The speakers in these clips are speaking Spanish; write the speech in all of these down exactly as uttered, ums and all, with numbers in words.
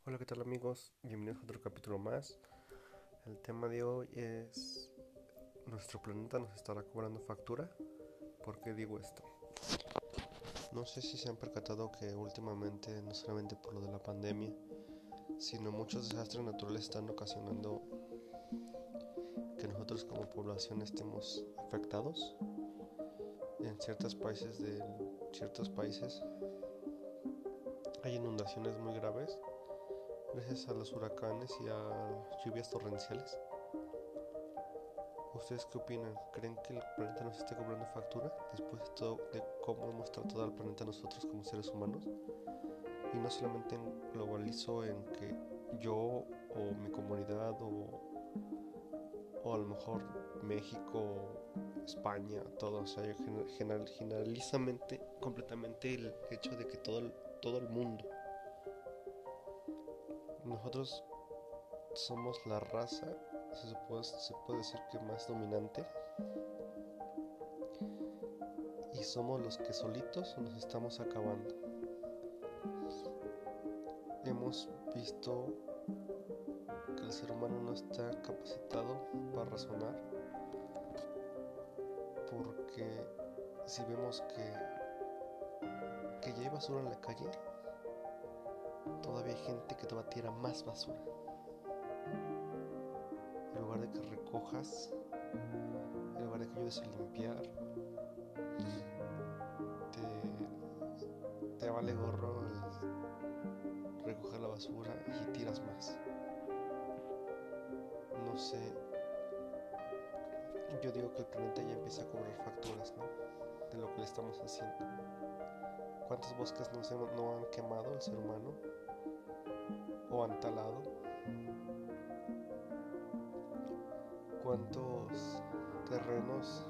Hola, ¿qué tal amigos? Bienvenidos a otro capítulo más. El tema de hoy es: ¿nuestro planeta nos estará cobrando factura? ¿Por qué digo esto? No sé si se han percatado que últimamente, no solamente por lo de la pandemia, sino muchos desastres naturales están ocasionando que nosotros como población estemos afectados. En ciertos países de ciertos países hay inundaciones muy graves gracias a los huracanes y a lluvias torrenciales. ¿Ustedes qué opinan? ¿Creen que el planeta nos esté cobrando factura después de todo de cómo hemos tratado al planeta nosotros como seres humanos? Y no solamente en- globalizo en que yo o mi comunidad o, o a lo mejor México, España, todo, o sea, yo gener- general- generalizamente completamente el hecho de que todo el, todo el mundo, nosotros somos la raza, se puede, se puede decir que más dominante, y somos los que solitos nos estamos acabando. Hemos visto que el ser humano no está capacitado para razonar, porque si vemos que, que ya hay basura en la calle, todavía hay gente que todavía tira más basura. En lugar de que recojas, en lugar de que ayudes a limpiar, te, te vale gorro el recoger la basura y tiras más. No sé, yo digo que el planeta ya empieza a cobrar facturas, ¿no? De lo que le estamos haciendo. ¿Cuántos bosques no, se, no han quemado el ser humano o han talado? ¿Cuántos terrenos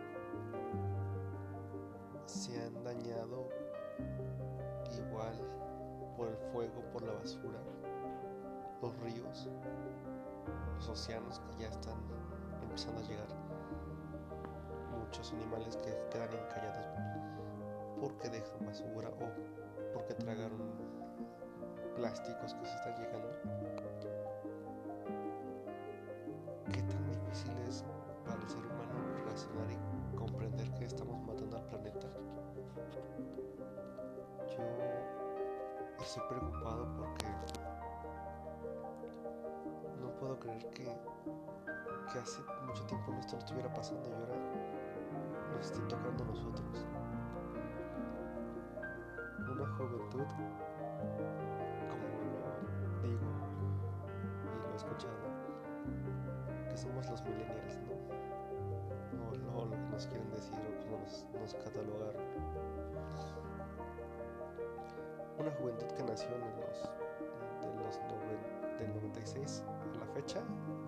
se han dañado igual por el fuego, por la basura? Los ríos, los océanos que ya están empezando a llegar. Muchos animales que quedan encallados porque dejan basura o porque tragaron plásticos que se están llegando. ¿Qué tan difícil es para el ser humano razonar y comprender que estamos matando al planeta? Yo estoy preocupado porque no puedo creer que, que hace mucho tiempo esto no estuviera pasando y ahora nos esté tocando a nosotros. Una juventud, como lo digo y lo he escuchado, que somos los millennials, ¿no? O no, lo que nos quieren decir o cómo nos, nos catalogaron. Una juventud que nació en los, de los noven, del noventa y seis a la fecha,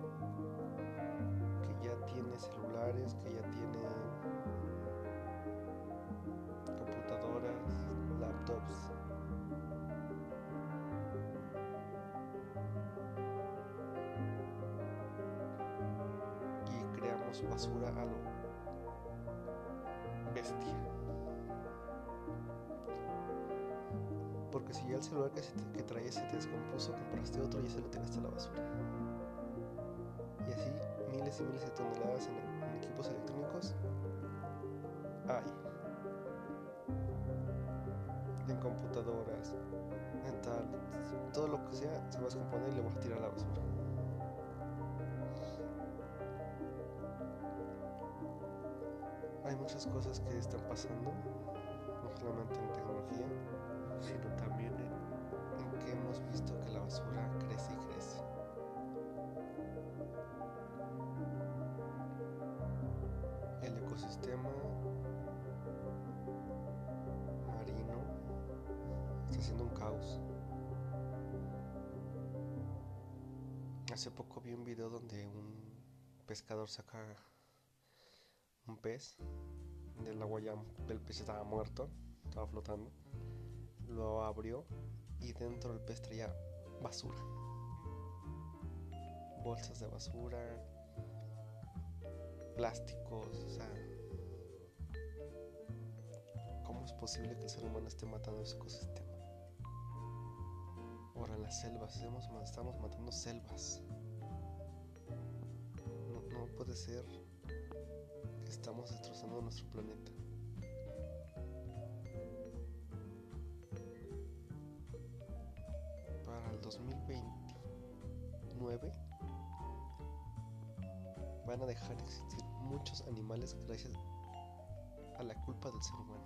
que ya tiene celulares, que ya tiene computadoras, laptops, y creamos basura a lo bestia. Porque si ya el celular que, se te, que traías se te descompuso, compraste otro y ese lo tiraste a la basura. Y así miles y miles de toneladas en, en equipos electrónicos hay. En computadoras, en tablets, todo lo que sea se va a descomponer y le vas a tirar a la basura. Hay muchas cosas que están pasando, no solamente en tecnología, sino también en, en que hemos visto que la basura crece y crece. El ecosistema marino está haciendo un caos. Hace poco vi un video donde un pescador saca un pez del agua, ya el pez estaba muerto, estaba flotando, lo abrió y dentro del pez traía basura, bolsas de basura, plásticos. O sea, ¿cómo es posible que el ser humano esté matando ese ecosistema? Ahora, las selvas, estamos, estamos matando selvas. No, no puede ser que estamos destrozando nuestro planeta. Para el dos mil veintinueve van a dejar de existir muchos animales gracias a la culpa del ser humano,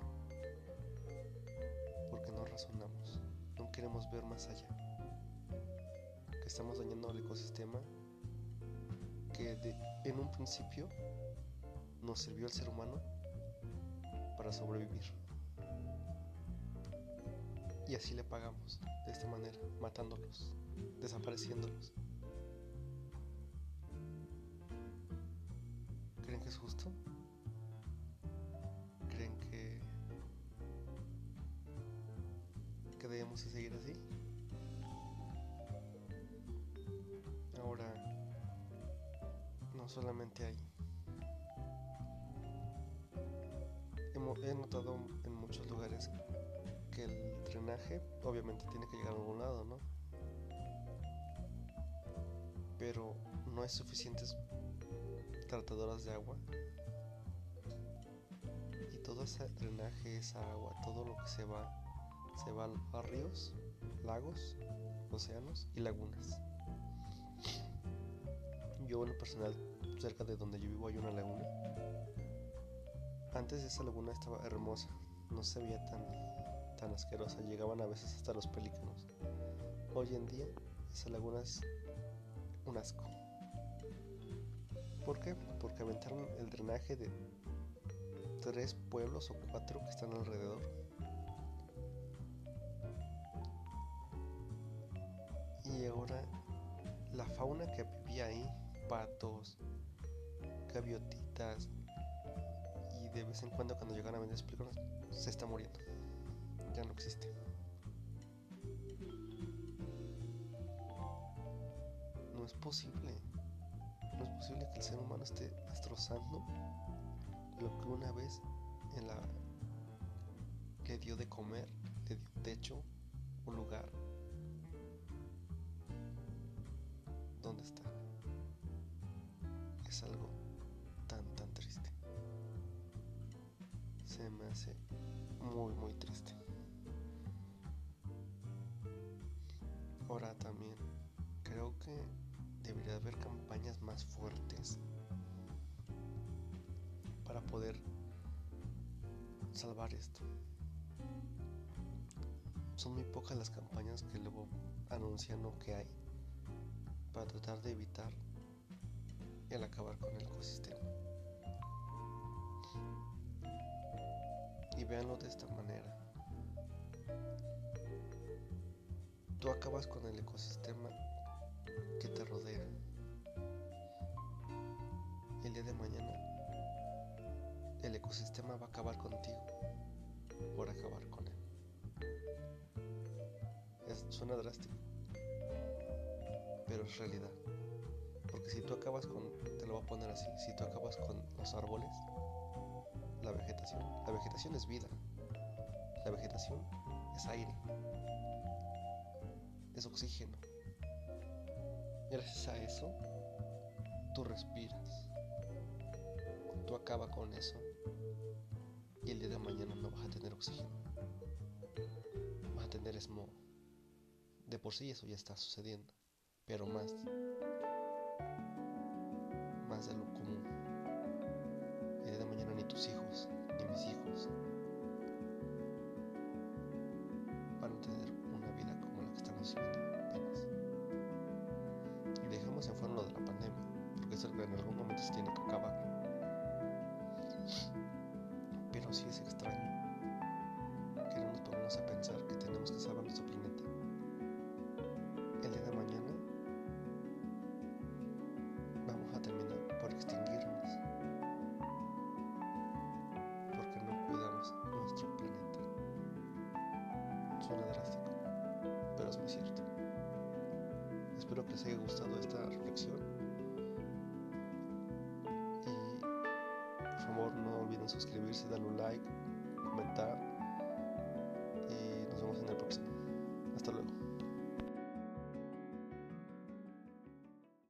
porque no razonamos, no queremos ver más allá, que estamos dañando el ecosistema que de, en un principio nos sirvió al ser humano para sobrevivir, y así le pagamos de esta manera, matándolos, desapareciéndolos. ¿Creen que es justo? ¿Creen que, que debemos de seguir así? Ahora, no solamente ahí. He notado en muchos lugares que el drenaje obviamente tiene que llegar a algún lado, ¿no? Pero no hay suficientes tratadoras de agua, y todo ese drenaje, esa agua, todo lo que se va, se va a ríos, lagos, océanos y lagunas. Yo en lo personal, cerca de donde yo vivo hay una laguna. Antes esa laguna estaba hermosa, no se veía tan, tan asquerosa, llegaban a veces hasta los pelícanos. Hoy en día esa laguna es un asco. ¿Por qué? Porque aventaron el drenaje de tres pueblos o cuatro que están alrededor. Y ahora la fauna que vivía ahí, patos, gaviotitas, y de vez en cuando cuando llegan a vender películas, se está muriendo. Ya no existe. No es posible. No es posible que el ser humano esté destrozando lo que una vez en la le dio de comer, le dio un techo, un lugar donde estar. Es algo tan tan triste. Se me hace muy muy triste. Ahora también creo que debería haber campañas más fuertes para poder salvar esto. Son muy pocas las campañas que luego anuncian o que hay para tratar de evitar el acabar con el ecosistema. Y véanlo de esta manera. Tú acabas con el ecosistema que te rodea. El día de mañana el ecosistema va a acabar contigo por acabar con él. Es, suena drástico, pero es realidad. Porque si tú acabas con, te lo voy a poner así, si tú acabas con los árboles, la vegetación, la vegetación es vida, la vegetación es aire, es oxígeno. Y gracias a eso, tú respiras. Tú acabas con eso y el día de mañana no vas a tener oxígeno, vas a tener smog. De por sí eso ya está sucediendo, pero más, más de lo común. El día de mañana ni tus hijos, ni mis hijos van a tener una vida como la que estamos viviendo apenas. Y dejemos en fuera lo de la pandemia, porque eso en algún momento se tiene que acabar. Pero sí es extraño que no nos pongamos a pensar que tenemos que salvar nuestro planeta. El día de mañana vamos a terminar por extinguirnos porque no cuidamos nuestro planeta. Suena drástico, pero es muy cierto. Espero que les haya gustado esta reflexión y por favor no olviden suscribirse, darle un like, comentar